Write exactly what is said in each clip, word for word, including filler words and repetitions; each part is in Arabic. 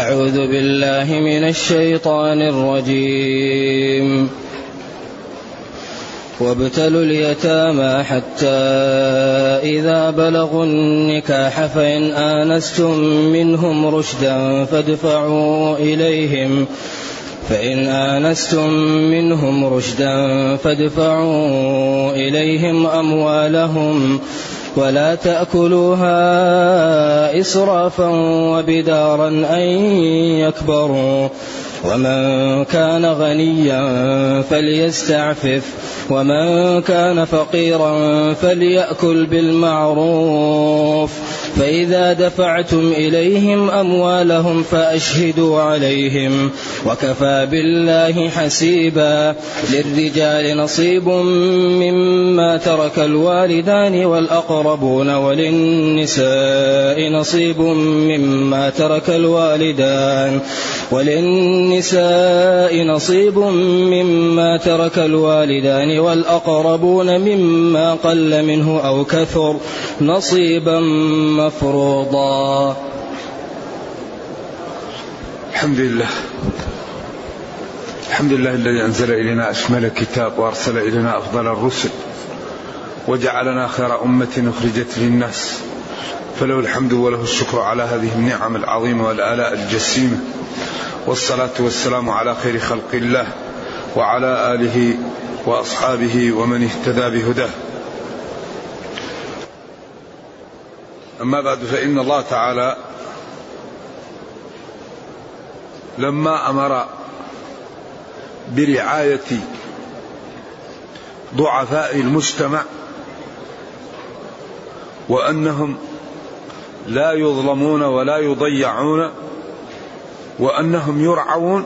أعوذ بالله من الشيطان الرجيم. وابتلوا اليتامى حتى إذا بلغوا النكاح فإن آنستم منهم رشدا فادفعوا إليهم فإن آنستم منهم رشدا فادفعوا إليهم أموالهم ولا تأكلوها إسرافا وبدارا أن يكبروا ومن كان غنيا فليستعفف ومن كان فقيرا فليأكل بالمعروف فإذا دفعتم إليهم أموالهم فأشهدوا عليهم وكفى بالله حسيبا. للرجال نصيب مما ترك الوالدان والأقربون وللنساء نصيب مما ترك الوالدان وللنساء نصيب مما ترك الوالدان والأقربون مما قل منه أو كثر نصيبا مفروضا. الحمد لله الحمد لله الذي أنزل إلينا أشمل كتاب وأرسل إلينا أفضل الرسل وجعلنا خير أمة أخرجت للناس، فله الحمد وله الشكر على هذه النعم العظيمة والآلاء الجسيمة، والصلاة والسلام على خير خلق الله وعلى آله وأصحابه ومن اهتدى بهداه. أما بعد، فإن الله تعالى لما أمر برعاية ضعفاء المجتمع وأنهم لا يظلمون ولا يضيعون وأنهم يرعون،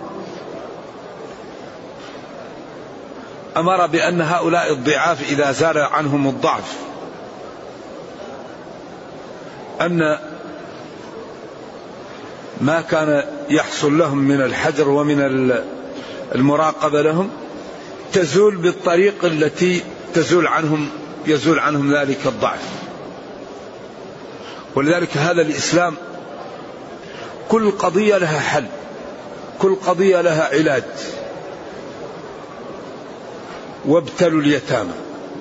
أمر بأن هؤلاء الضعاف إذا زال عنهم الضعف أن ما كان يحصل لهم من الحجر ومن المراقبة لهم تزول بالطريق التي تزول عنهم يزول عنهم ذلك الضعف. ولذلك هذا الإسلام كل قضية لها حل، كل قضية لها علاج. وابتلوا اليتامى،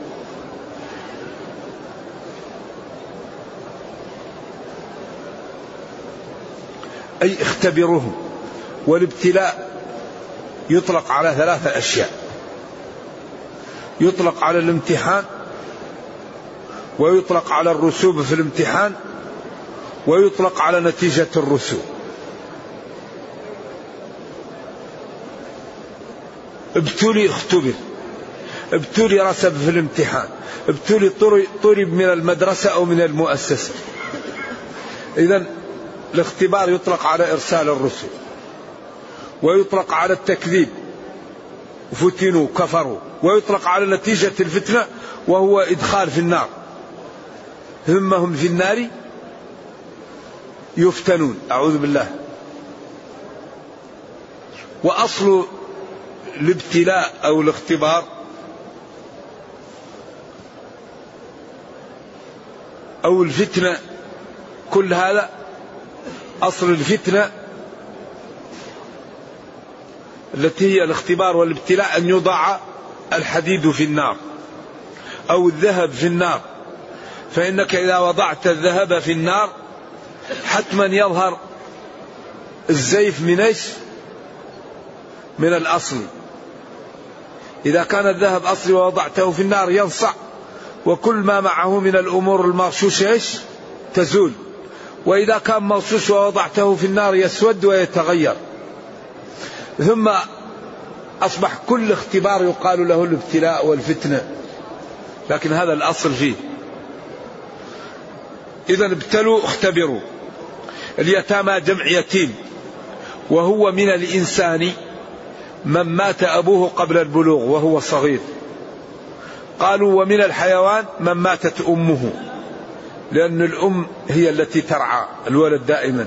أي اختبروهم. والابتلاء يطلق على ثلاثة أشياء: يطلق على الامتحان، ويطلق على الرسوب في الامتحان، ويطلق على نتيجة الرسوب. ابتلي اختبر، ابتلي رسب في الامتحان، ابتلي طرب من المدرسة أو من المؤسسة. إذن الاختبار يطلق على إرسال الرسل، ويطلق على التكذيب فتنوا كفروا، ويطلق على نتيجة الفتنة وهو إدخال في النار، ثم هم في النار يفتنون، أعوذ بالله. وأصل الابتلاء أو الاختبار أو الفتنة، كل هذا أصل الفتنة التي هي الاختبار والابتلاء أن يوضع الحديد في النار أو الذهب في النار. فإنك إذا وضعت الذهب في النار حتما يظهر الزيف من ايش؟ من الأصل. إذا كان الذهب أصلي ووضعته في النار ينصع، وكل ما معه من الأمور المغشوشة ايش؟ تزول. وإذا كان مغشوش ووضعته في النار يسود ويتغير. ثم أصبح كل اختبار يقال له الابتلاء والفتنة، لكن هذا الأصل فيه. إذا ابتلوا اختبروا. اليتامى جمع يتيم، وهو من الإنسان من مات أبوه قبل البلوغ وهو صغير. قالوا ومن الحيوان من ماتت أمه، لأن الأم هي التي ترعى الولد دائما.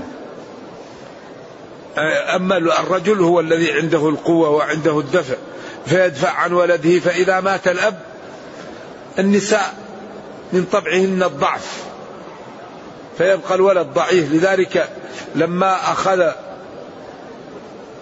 أما الرجل هو الذي عنده القوة وعنده الدفع فيدفع عن ولده. فإذا مات الأب، النساء من طبعهن الضعف فيبقى الولد ضعيف. لذلك لما أخذ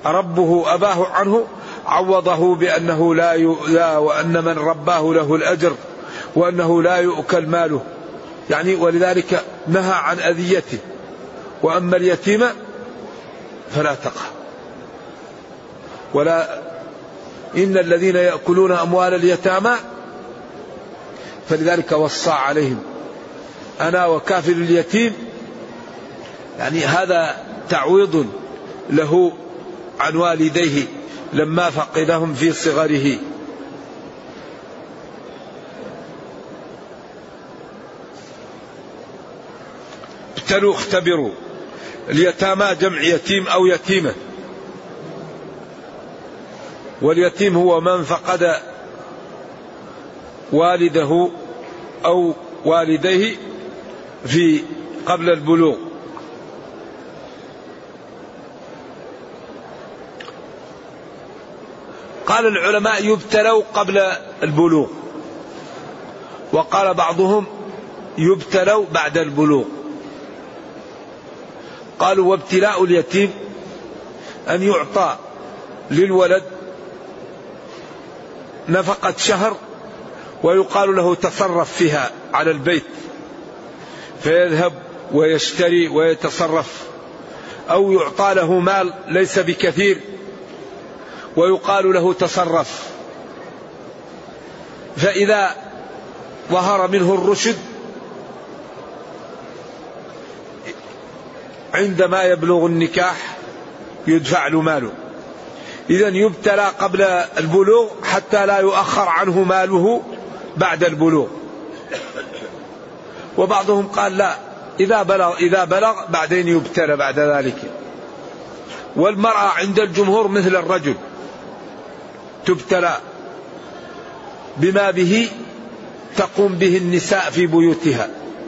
ربه أباه عنه عوضه بأنه لا, لا وأن من رباه له الأجر وأنه لا يؤكل ماله، يعني ولذلك نهى عن أذيته. وأما اليتيم فلا تقهر، ولا إن الذين يأكلون أموال اليتامى، فلذلك وصى عليهم أنا وكافل اليتيم، يعني هذا تعويض له عن والديه لما فقدهم في صغره. ابتلوا اختبروا. اليتامى جمع يتيم أو يتيمة، واليتيم هو من فقد والده أو والديه في قبل البلوغ. قال العلماء يبتلوا قبل البلوغ، وقال بعضهم يبتلوا بعد البلوغ. قالوا وابتلاء اليتيم أن يعطى للولد نفقة شهر ويقال له تصرف فيها على البيت، فيذهب ويشتري ويتصرف، أو يعطى له مال ليس بكثير ويقال له تصرف، فإذا ظهر منه الرشد عندما يبلغ النكاح يدفع له ماله. إذن يبتلى قبل البلوغ حتى لا يؤخر عنه ماله بعد البلوغ. وبعضهم قال لا، إذا بلغ, إذا بلغ بعدين يبتلى بعد ذلك. والمرأة عند الجمهور مثل الرجل تبتلى بما به تقوم به النساء في بيوتها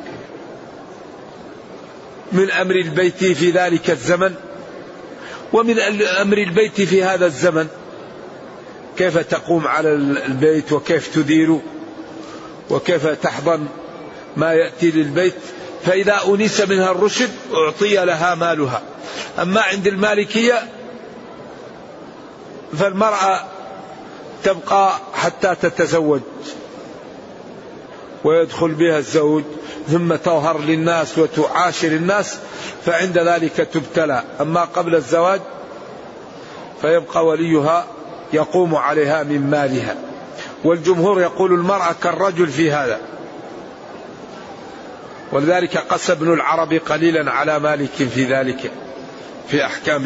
من أمر البيت في ذلك الزمن ومن أمر البيت في هذا الزمن، كيف تقوم على البيت وكيف تدير وكيف تحضن ما يأتي للبيت. فإذا أنس منها الرشد أعطي لها مالها. أما عند المالكية فالمرأة تبقى حتى تتزوج ويدخل بها الزوج ثم تظهر للناس وتعاشر الناس، فعند ذلك تبتلى. أما قبل الزواج فيبقى وليها يقوم عليها من مالها. والجمهور يقول المرأة كالرجل في هذا، ولذلك قس ابن العربي قليلا على مالك في ذلك في أحكامه.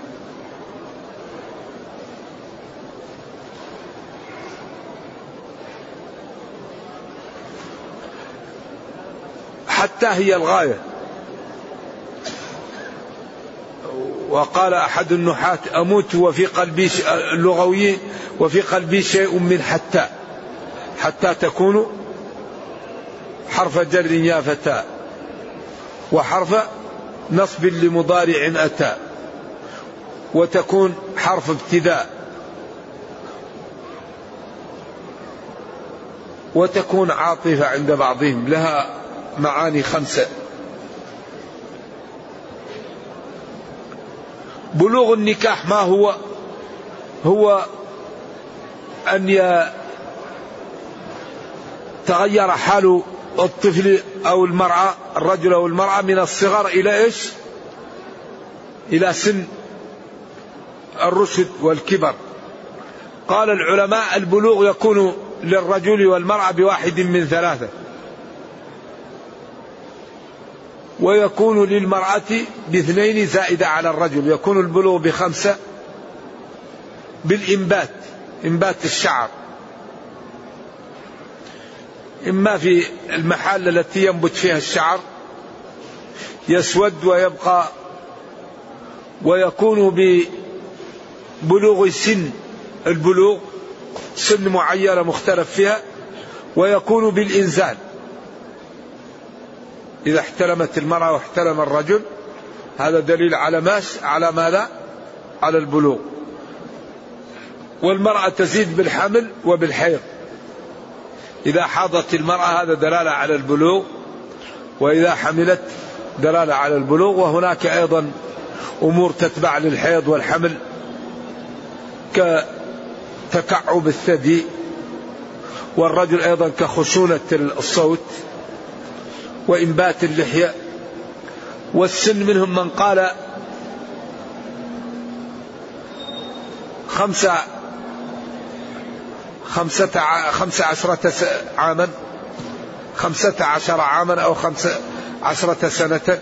حتى هي الغاية. وقال أحد النحاة أموت وفي قلبي اللغوي وفي قلبي شيء من حتى، حتى تكون حرف جر يا فتى وحرف نصب لمضارع أتى، وتكون حرف ابتداء، وتكون عاطفة عند بعضهم، لها معاني خمسة. بلوغ النكاح ما هو؟ هو أن يتغير حال الطفل أو المرأة، الرجل أو المرأة، من الصغر إلى إيش؟ إلى سن الرشد والكبر. قال العلماء البلوغ يكون للرجل والمرأة بواحد من ثلاثة، ويكون للمرأة باثنين زائدة على الرجل. يكون البلوغ بخمسة بالإنبات، إنبات الشعر، إما في المحال التي ينبت فيها الشعر يسود ويبقى، ويكون ببلوغ سن البلوغ سن معينة مختلف فيها، ويكون بالإنزال إذا احتلمت المرأة واحتلم الرجل، هذا دليل على ماش على ماذا؟ على البلوغ. والمرأة تزيد بالحمل وبالحيض، إذا حاضت المرأة هذا دلالة على البلوغ، وإذا حملت دلالة على البلوغ. وهناك أيضا أمور تتبع للحيض والحمل كتكعب الثدي، والرجل أيضا كخشونة الصوت وإنبات اللحية. والسن منهم من قال خمسة خمسة خمسة عشرة عاما خمسة عشر عاما أو خمسة عشرة سنة،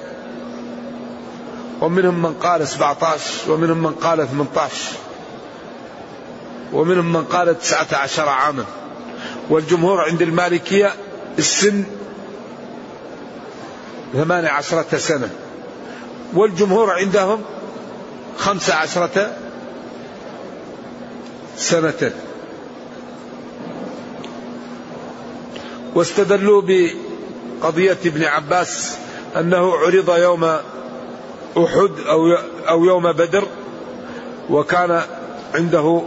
ومنهم من قال سبعة عشر، ومنهم من قال ثمانية عشر، ومنهم من قال تسعة عشر عاما. والجمهور عند المالكية السن ثمانية عشرة سنة، والجمهور عندهم خمسة عشرة سنة. واستدلوا بقضية ابن عباس أنه عرض يوم أحد أو يوم بدر وكان عنده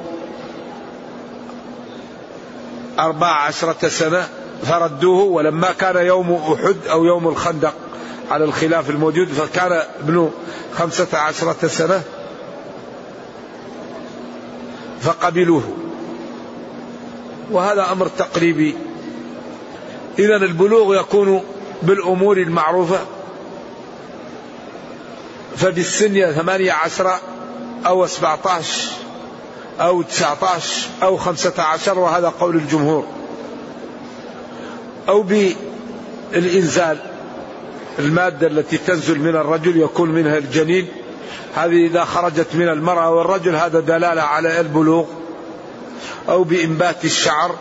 أربع عشرة سنة فردوه، ولما كان يوم أحد أو يوم الخندق على الخلاف الموجود فكان ابنه خمسة عشرة سنة فقبلوه، وهذا أمر تقريبي. إذن البلوغ يكون بالأمور المعروفة، فبالسن ثمانية عشر أو سبعة عشر أو تسعة عشر أو خمسة عشر، وهذا قول الجمهور. أو بالإنزال، المادة التي تنزل من الرجل يكون منها الجنين، هذه إذا خرجت من المرأة والرجل هذا دلالة على البلوغ. أو بإنبات الشعر،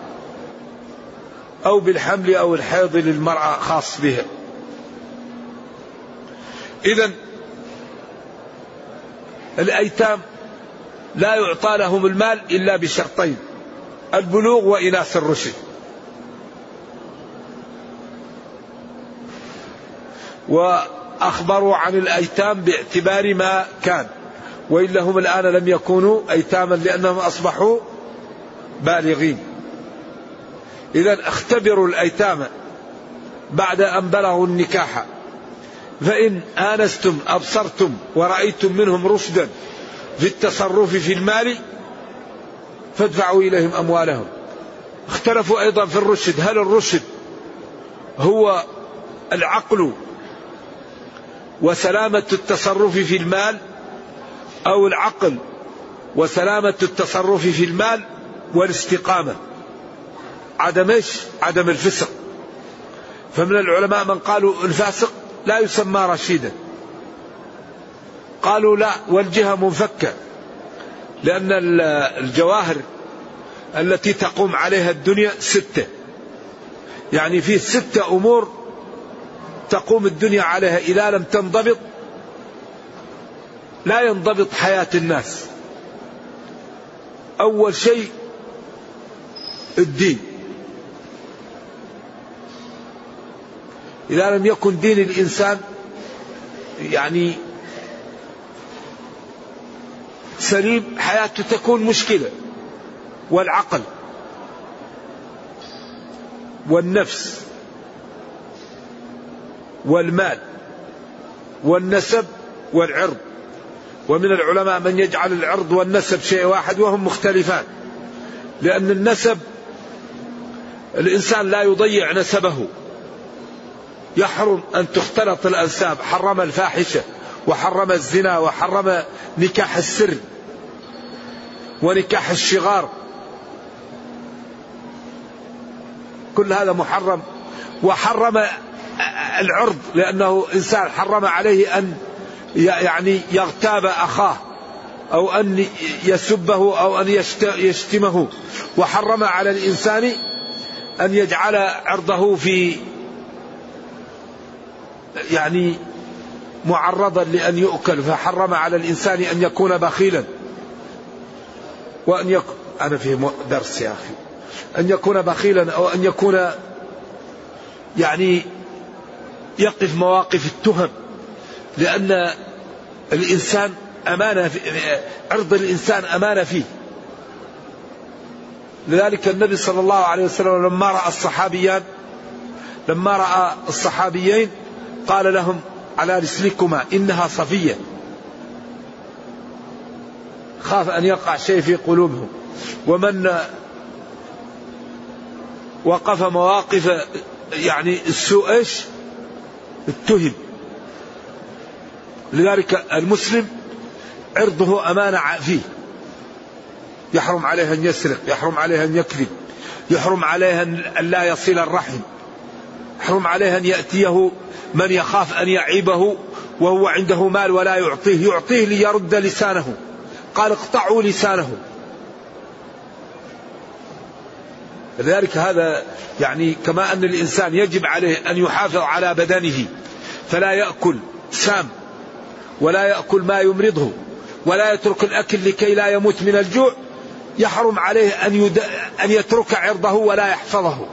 أو بالحمل أو الحيض للمرأة خاص بها. إذن الأيتام لا يعطى لهم المال إلا بشرطين: البلوغ وإناث الرشد. وأخبروا عن الأيتام باعتبار ما كان، وإلا هم الآن لم يكونوا أيتاما لأنهم أصبحوا بالغين. إذن اختبروا الأيتام بعد أن بلغوا النكاح، فإن آنستم أبصرتم ورأيتم منهم رشدا في التصرف في المال فادفعوا إليهم أموالهم. اختلفوا أيضا في الرشد، هل الرشد هو العقل وسلامة التصرف في المال، أو العقل وسلامة التصرف في المال والاستقامة، عدم ايش؟ عدم الفسق. فمن العلماء من قالوا الفاسق لا يسمى رشيدا، قالوا لا، والجهة منفكة، لأن الجواهر التي تقوم عليها الدنيا ستة، يعني في ستة أمور تقوم الدنيا عليها، إذا لم تنضبط لا ينضبط حياة الناس. أول شيء الدين، إذا لم يكن دين الإنسان يعني سليم حياته تكون مشكلة. والعقل والنفس والمال والنسب والعرض. ومن العلماء من يجعل العرض والنسب شيء واحد وهم مختلفان، لأن النسب الإنسان لا يضيع نسبه، يحرم أن تختلط الأنساب، حرم الفاحشة وحرم الزنا وحرم نكاح السر ونكاح الشغار، كل هذا محرم. وحرم العرض لأنه إنسان حرم عليه أن يعني يغتاب أخاه أو أن يسبه أو أن يشتمه. وحرم على الإنسان أن يجعل عرضه في يعني معرضا لأن يؤكل، فحرم على الإنسان أن يكون بخيلا وأن يكون أنا في درس يا أخي أن يكون بخيلا أو أن يكون يعني يقف مواقف التهم، لأن الإنسان أمانة، عرض الإنسان أمانة فيه. لذلك النبي صلى الله عليه وسلم لما رأى الصحابيان لما رأى الصحابيين قال لهم: على رسلكما إنها صفية. خاف أن يقع شيء في قلوبهم. ومن وقف مواقف يعني السوء إيش اتهم. لذلك المسلم عرضه أمانة فيه، يحرم عليه أن يسرق، يحرم عليه أن يكذب، يحرم عليه أن لا يصل الرحم، يحرم عليه أن يأتيه من يخاف أن يعيبه وهو عنده مال ولا يعطيه، يعطيه ليرد لسانه، قال اقطعوا لسانه. لذلك هذا يعني كما أن الإنسان يجب عليه أن يحافظ على بدنه فلا يأكل سام ولا يأكل ما يمرضه ولا يترك الأكل لكي لا يموت من الجوع، يحرم عليه أن, يد... أن يترك عرضه ولا يحفظه.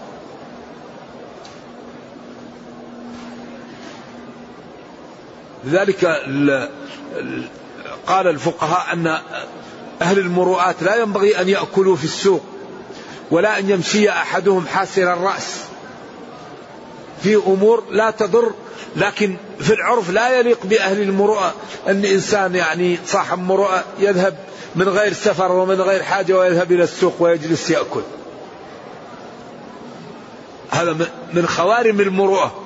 لذلك ال... قال الفقهاء أن أهل المروءات لا ينبغي أن يأكلوا في السوق ولا أن يمشي أحدهم حاسر الرأس في أمور لا تضر، لكن في العرف لا يليق بأهل المروءة أن إنسان يعني صاحب مروءة يذهب من غير سفر ومن غير حاجة ويذهب إلى السوق ويجلس يأكل. هذا من خوارم المروءة،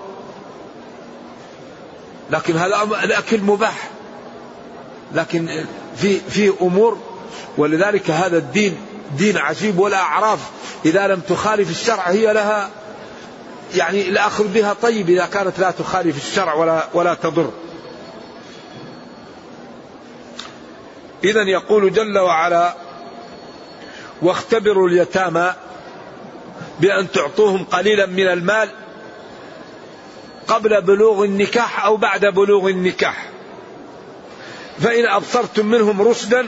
لكن هذا الأكل مباح، لكن في في أمور. ولذلك هذا الدين دين عجيب، والأعراف إذا لم تخالف الشرع هي لها يعني الأخذ بها طيب إذا كانت لا تخالف الشرع ولا ولا تضر. إذن يقول جل وعلا: واختبروا اليتامى بأن تعطوهم قليلا من المال قبل بلوغ النكاح أو بعد بلوغ النكاح، فإن أبصرتم منهم رشدا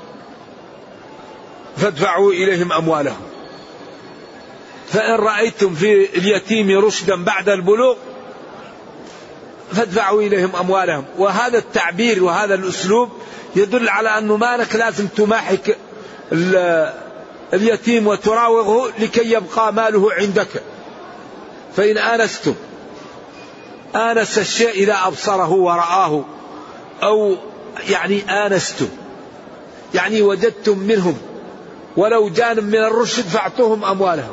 فادفعوا إليهم أموالهم، فإن رأيتم في اليتيم رشدا بعد البلوغ فادفعوا إليهم أموالهم. وهذا التعبير وهذا الأسلوب يدل على أنه مالك لازم تماحك اليتيم وتراوغه لكي يبقى ماله عندك. فإن آنستم آنس الشيء إذا أبصره ورآه، أو يعني آنستم يعني وجدتم منهم ولو جانب من الرشد فاعطوهم أموالهم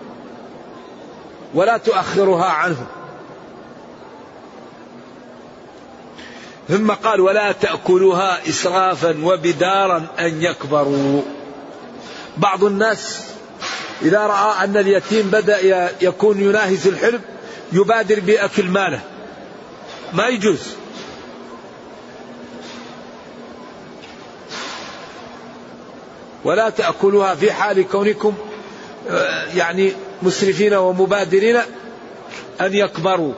ولا تؤخرها عنهم. ثم قال: ولا تأكلوها إسرافا وبدارا أن يكبروا. بعض الناس إذا رأى أن اليتيم بدأ يكون يناهز الحلم يبادر بأكل ماله، ما يجوز. ولا تأكلوها في حال كونكم يعني مسرفين ومبادرين أن يكبروا.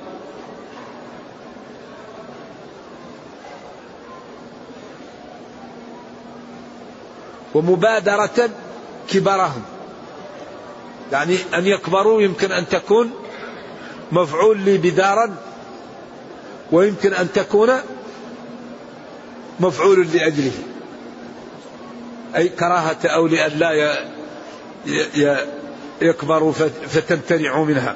ومبادرة كبرهم، يعني أن يكبروا يمكن أن تكون مفعول لبدارا، ويمكن أن تكون مفعول لأجله، أي كراهة أو لأن لا يكبروا فتمتنعوا منها.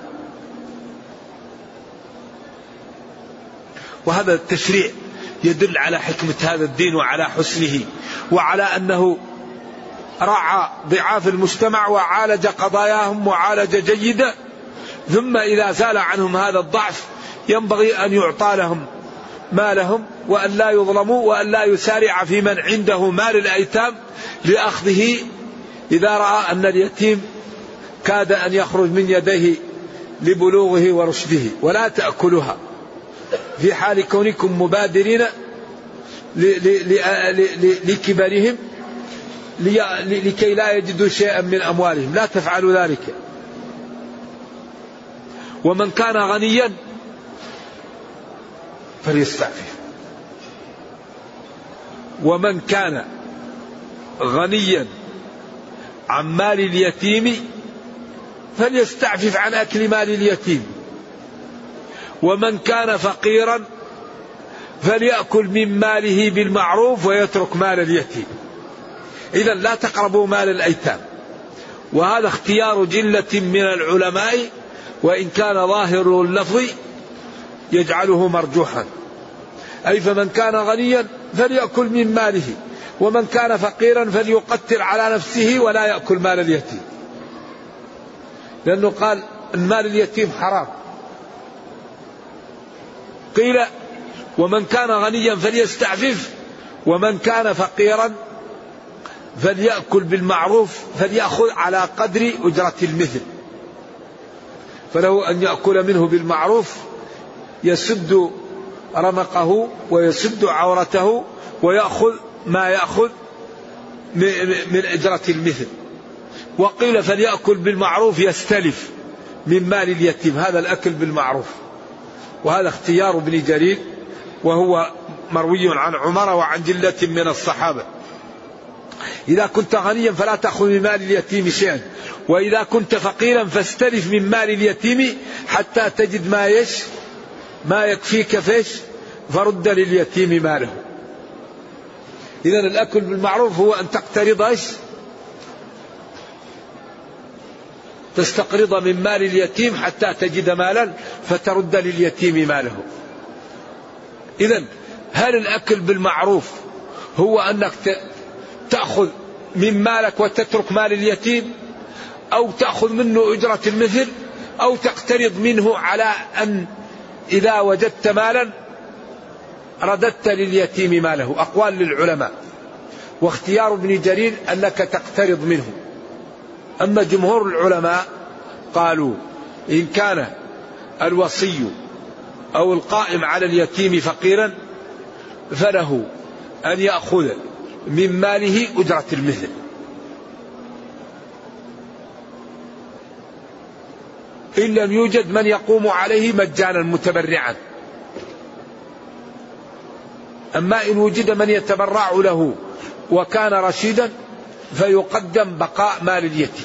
وهذا التشريع يدل على حكمة هذا الدين وعلى حسنه، وعلى أنه راعى ضعاف المجتمع وعالج قضاياهم معالجة جيدة. ثم إذا زال عنهم هذا الضعف ينبغي أن يعطى لهم مالهم وأن لا يظلموا وأن لا يسارع في من عنده مال الأيتام لأخذه إذا رأى أن اليتيم كاد أن يخرج من يديه لبلوغه ورشده. ولا تأكلها في حال كونكم مبادرين لكبرهم لكي لا يجدوا شيئا من أموالهم، لا تفعلوا ذلك. ومن كان غنيا فليستعفف، ومن كان غنيا عن مال اليتيم فليستعفف عن أكل مال اليتيم، ومن كان فقيرا فليأكل من ماله بالمعروف ويترك مال اليتيم. إذن لا تقربوا مال الأيتام. وهذا اختيار جلة من العلماء، وإن كان ظاهر اللفظ يجعله مرجوحا، أي فمن كان غنيا فليأكل من ماله، ومن كان فقيرا فليقتر على نفسه ولا يأكل مال اليتيم، لأنه قال المال اليتيم حرام. قيل ومن كان غنيا فليستعفف، ومن كان فقيرا فليأكل بالمعروف فليأخذ على قدر أجرة المثل، فله أن يأكل منه بالمعروف يسد رمقه ويسد عورته ويأخذ ما يأخذ من أجرة المثل. وقيل فليأكل بالمعروف يستلف من مال اليتيم، هذا الأكل بالمعروف. وهذا اختيار ابن جرير، وهو مروي عن عمر وعن جلة من الصحابة. إذا كنت غنيا فلا تأخذ من مال اليتيم شيئا، وإذا كنت فقيرا فاستلف من مال اليتيم حتى تجد ما يش ما يكفيك فيش فرد لليتيم ماله. إذا الأكل بالمعروف هو أن تقترض ايش؟ تستقرض من مال اليتيم حتى تجد مالا فترد لليتيم ماله. إذا هل الأكل بالمعروف هو أنك تأخذ من مالك وتترك مال اليتيم، أو تأخذ منه أجرة المثل، أو تقترض منه على أن إذا وجدت مالا رددت لليتيم ماله؟ أقوال للعلماء، واختيار ابن جرير أنك تقترض منه. أما جمهور العلماء قالوا إن كان الوصي أو القائم على اليتيم فقيرا فله أن يأخذ من ماله أجرة المثل. إن لم يوجد من يقوم عليه مجانا متبرعا. أما إن وجد من يتبرع له وكان رشيدا فيقدم بقاء مال اليتيم.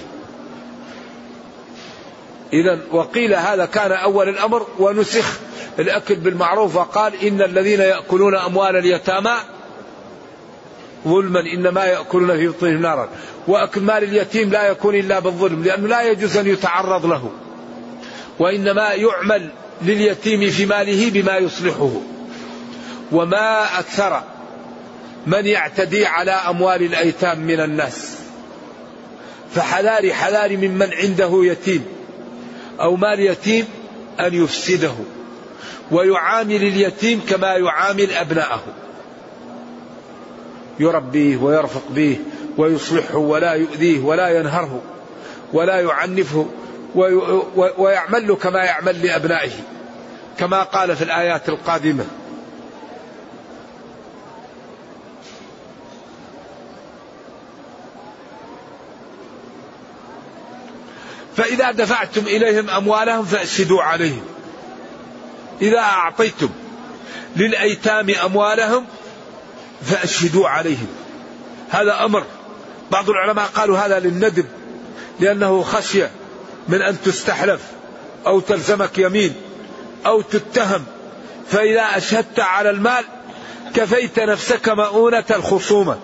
إذن وقيل هذا كان أول الأمر ونسخ الأكل بالمعروف، وقال إن الذين يأكلون أموال اليتامى ظلما إنما يأكلون في بطونهم نارا. وأكل مال اليتيم لا يكون إلا بالظلم، لأنه لا يجوز أن يتعرض له، وإنما يعمل لليتيم في ماله بما يصلحه. وما أكثر من يعتدي على أموال الأيتام من الناس، فحذاري حذاري ممن عنده يتيم أو مال يتيم أن يفسده ويعامل اليتيم كما يعامل أبنائه، يربيه ويرفق به ويصلحه ولا يؤذيه ولا ينهره ولا يعنفه ويعمل له كما يعمل لأبنائه، كما قال في الآيات القادمة. فإذا دفعتم إليهم أموالهم فأشهدوا عليهم. إذا أعطيتم للأيتام أموالهم فأشهدوا عليهم، هذا أمر. بعض العلماء قالوا هذا للندب، لأنه خشية من أن تستحلف أو تلزمك يمين أو تتهم، فإذا أشهدت على المال كفيت نفسك مؤونة الخصومة،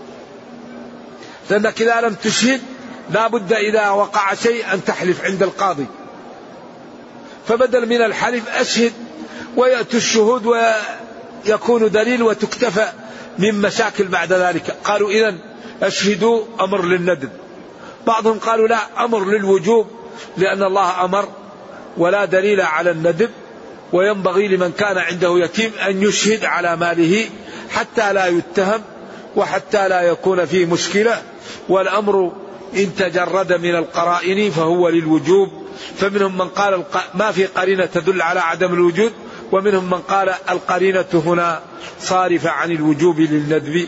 لأنك إذا لم تشهد لا بد إذا وقع شيء أن تحلف عند القاضي، فبدل من الحلف أشهد ويأتي الشهود ويكون دليل وتكتفى من مشاكل بعد ذلك. قالوا إذن أشهدوا أمر للندب. بعضهم قالوا لا، أمر للوجوب، لأن الله أمر ولا دليل على الندب، وينبغي لمن كان عنده يتيم أن يشهد على ماله حتى لا يتهم وحتى لا يكون فيه مشكلة. والأمر إن تجرد من القرائن فهو للوجوب، فمنهم من قال ما في قرينة تدل على عدم الوجود، ومنهم من قال القرينة هنا صارفة عن الوجوب للندب.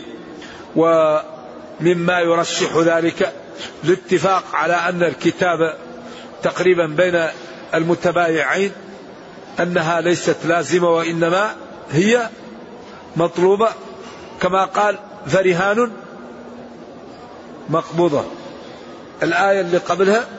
ومما يرشح ذلك الاتفاق على أن الكتابة تقريبا بين المتبايعين أنها ليست لازمة وإنما هي مطلوبة، كما قال فرهان مقبوضة. الآية اللي قبلها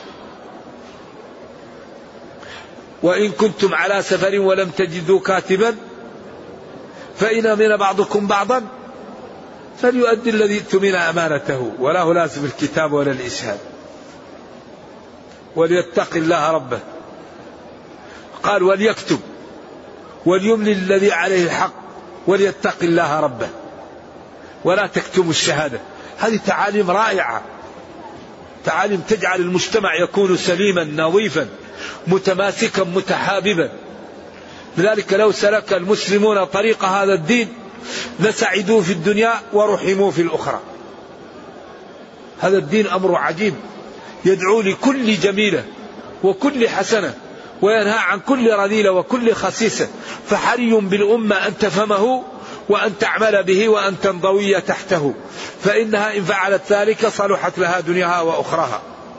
وإن كنتم على سفر ولم تجدوا كاتبا فإن أمن بعضكم بعضا فليؤدي الذي اؤتمن أمانته ولا هو لازم الكتاب ولا الإشهاد وليتق الله ربه. قال وليكتب وليملل الذي عليه الحق وليتق الله ربه. ولا تكتموا الشهادة. هذه تعاليم رائعة، تعاليم تجعل المجتمع يكون سليما نظيفا متماسكا متحاببا. لذلك لو سلك المسلمون طريق هذا الدين لسعدوا في الدنيا ورحموا في الأخرى. هذا الدين أمر عجيب، يدعو لكل جميلة وكل حسنة وينهى عن كل رذيلة وكل خسيسة، فحري بالأمة أن تفهمه وأن تعمل به وأن تنضوي تحته، فإنها إن فعلت ذلك صلحت لها دنياها وأخراها.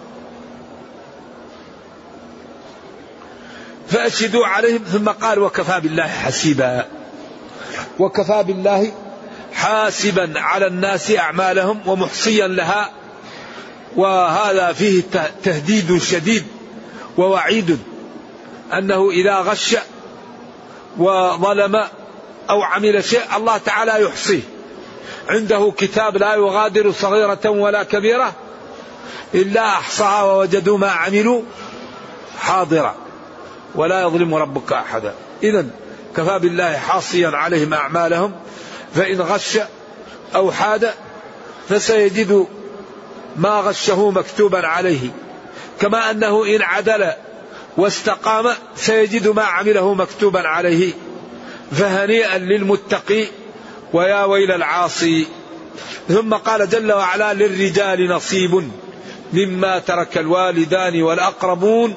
فأشهدوا عليهم، ثم قال وكفى بالله حسيبا، وكفى بالله حاسبا على الناس أعمالهم ومحصيا لها. وهذا فيه تهديد شديد ووعيد أنه إذا غش وظلم أو عمل شيء الله تعالى يحصيه، عنده كتاب لا يغادر صغيرة ولا كبيرة إلا أحصاها ووجدوا ما عملوا حاضرا ولا يظلم ربك أحدا. إذن كفى بالله حاصيا عليهم أعمالهم، فإن غش أو حاد فسيجد ما غشه مكتوبا عليه، كما أنه إن عدل واستقام سيجد ما عمله مكتوبا عليه. فهنيئا للمتقي ويا ويل العاصي. ثم قال جل وعلا للرجال نصيب مما ترك الوالدان والأقربون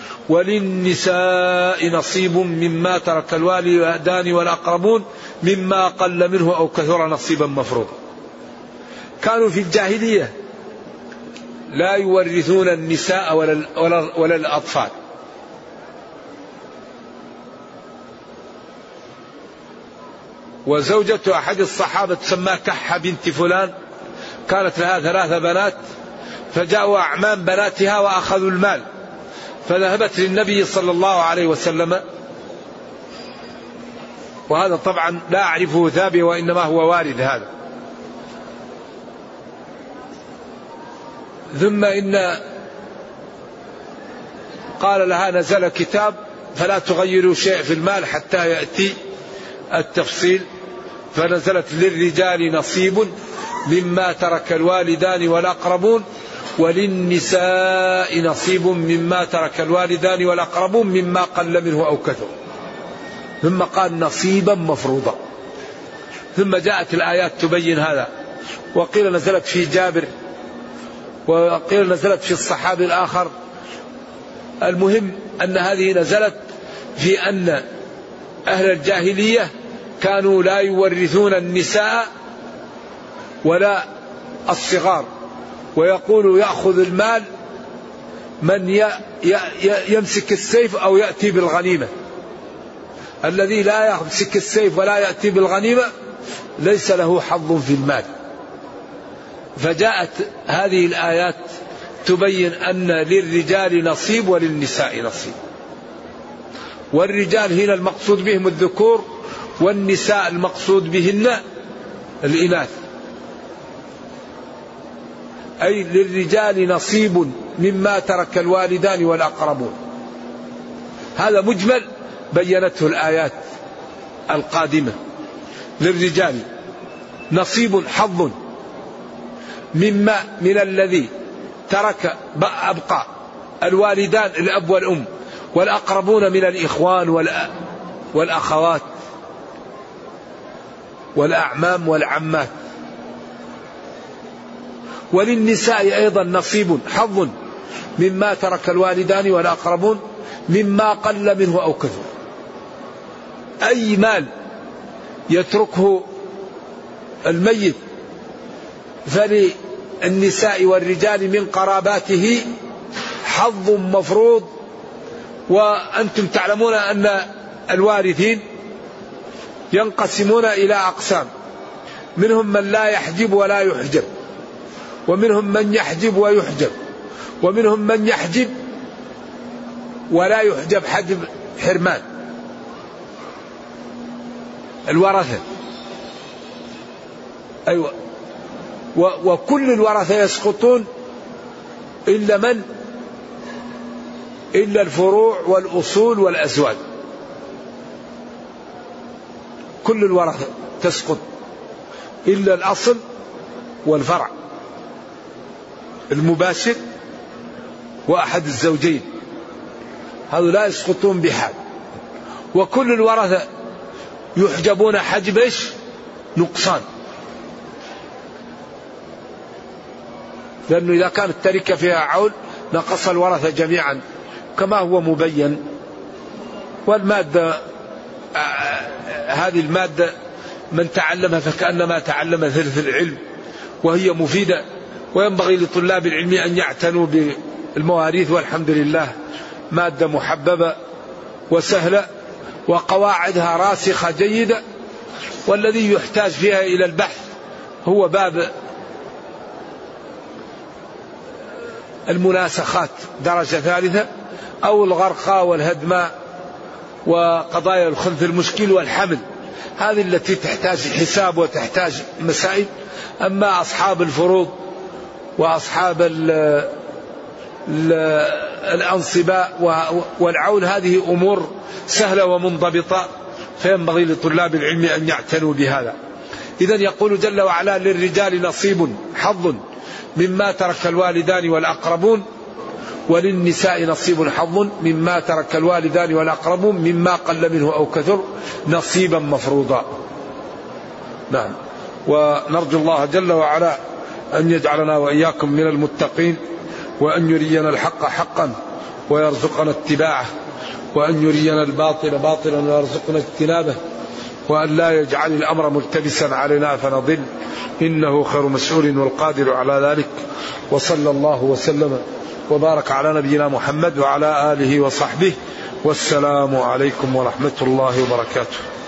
وللنساء نصيب مما ترك الوالدان والأقربون مما قل منه أو كثر نصيبا مفروضا. كانوا في الجاهلية لا يورثون النساء ولا, ولا, ولا الأطفال، وزوجة أحد الصحابة تسمى كحة بنت فلان كانت لها ثلاث بنات، فجاءوا أعمام بناتها وأخذوا المال، فذهبت للنبي صلى الله عليه وسلم، وهذا طبعا لا أعرفه ثابت وإنما هو وارد هذا. ثم إن قال لها نزل كتاب فلا تغيروا شيء في المال حتى يأتي التفصيل، فنزلت للرجال نصيب مما ترك الوالدان والأقربون وللنساء نصيب مما ترك الوالدان والأقربون مما قل منه أو كثر. ثم قال نصيبا مفروضا. ثم جاءت الآيات تبين هذا، وقيل نزلت في جابر وقيل نزلت في الصحابي الآخر. المهم أن هذه نزلت في أن أهل الجاهلية كانوا لا يورثون النساء ولا الصغار، ويقول يأخذ المال من يمسك السيف أو يأتي بالغنيمة. الذي لا يمسك السيف ولا يأتي بالغنيمة ليس له حظ في المال. فجاءت هذه الآيات تبين أن للرجال نصيب وللنساء نصيب. والرجال هنا المقصود بهم الذكور، والنساء المقصود بهن الإناث. أي للرجال نصيب مما ترك الوالدان والأقربون. هذا مجمل بينته الآيات القادمة. للرجال نصيب حظ مما من الذي ترك أبقى الوالدان الأب والأم والأقربون من الإخوان والأخوات والأعمام والعمات. وللنساء أيضا نصيب حظ مما ترك الوالدان والأقربون مما قل منه أو كثر. أي مال يتركه الميت فللنساء والرجال من قراباته حظ مفروض. وأنتم تعلمون أن الوارثين ينقسمون إلى أقسام، منهم من لا يحجب ولا يحجب، ومنهم من يحجب ويحجب، ومنهم من يحجب ولا يحجب حجب حرمان الورثة. أيوة. وكل الورثة يسقطون إلا من إلا الفروع والأصول والأزواج، كل الورثة تسقط. إلا الأصل والفرع المباشر وأحد الزوجين، هذا لا يسقطون بحال. وكل الورثة يحجبون حجب إيش؟ نقصان، لأنه إذا كانت التركة فيها عول نقص الورثة جميعا كما هو مبين. والمادة هذه المادة من تعلمها فكأنما تعلم ثلث العلم، وهي مفيدة، وينبغي لطلاب العلم أن يعتنوا بالمواريث. والحمد لله مادة محببة وسهلة وقواعدها راسخة جيدة، والذي يحتاج فيها إلى البحث هو باب المناسخات درجة ثالثة، أو الغرقى والهدماء وقضايا الخلف المشكل والحمل، هذه التي تحتاج حساب وتحتاج مسائل. أما أصحاب الفروض وأصحاب ال ال الأنصباء والعون هذه أمور سهلة ومنضبطة، فينبغي لطلاب العلم أن يعتنوا بهذا. إذن يقول جل وعلا: للرجال نصيب حظ مما ترك الوالدان والأقربون، وللنساء نصيب حظ مما ترك الوالدان والأقربون مما قل منه أو كثر نصيبا مفروضا. نعم. ونرجو الله جل وعلا أن يجعلنا وإياكم من المتقين، وأن يرينا الحق حقا ويرزقنا اتباعه، وأن يرينا الباطل باطلا ويرزقنا اجتنابه، وأن لا يجعل الأمر ملتبسا علينا فنضل، إنه خير مسؤول والقادر على ذلك. وصلى الله وسلم وبارك على نبينا محمد وعلى آله وصحبه، والسلام عليكم ورحمة الله وبركاته.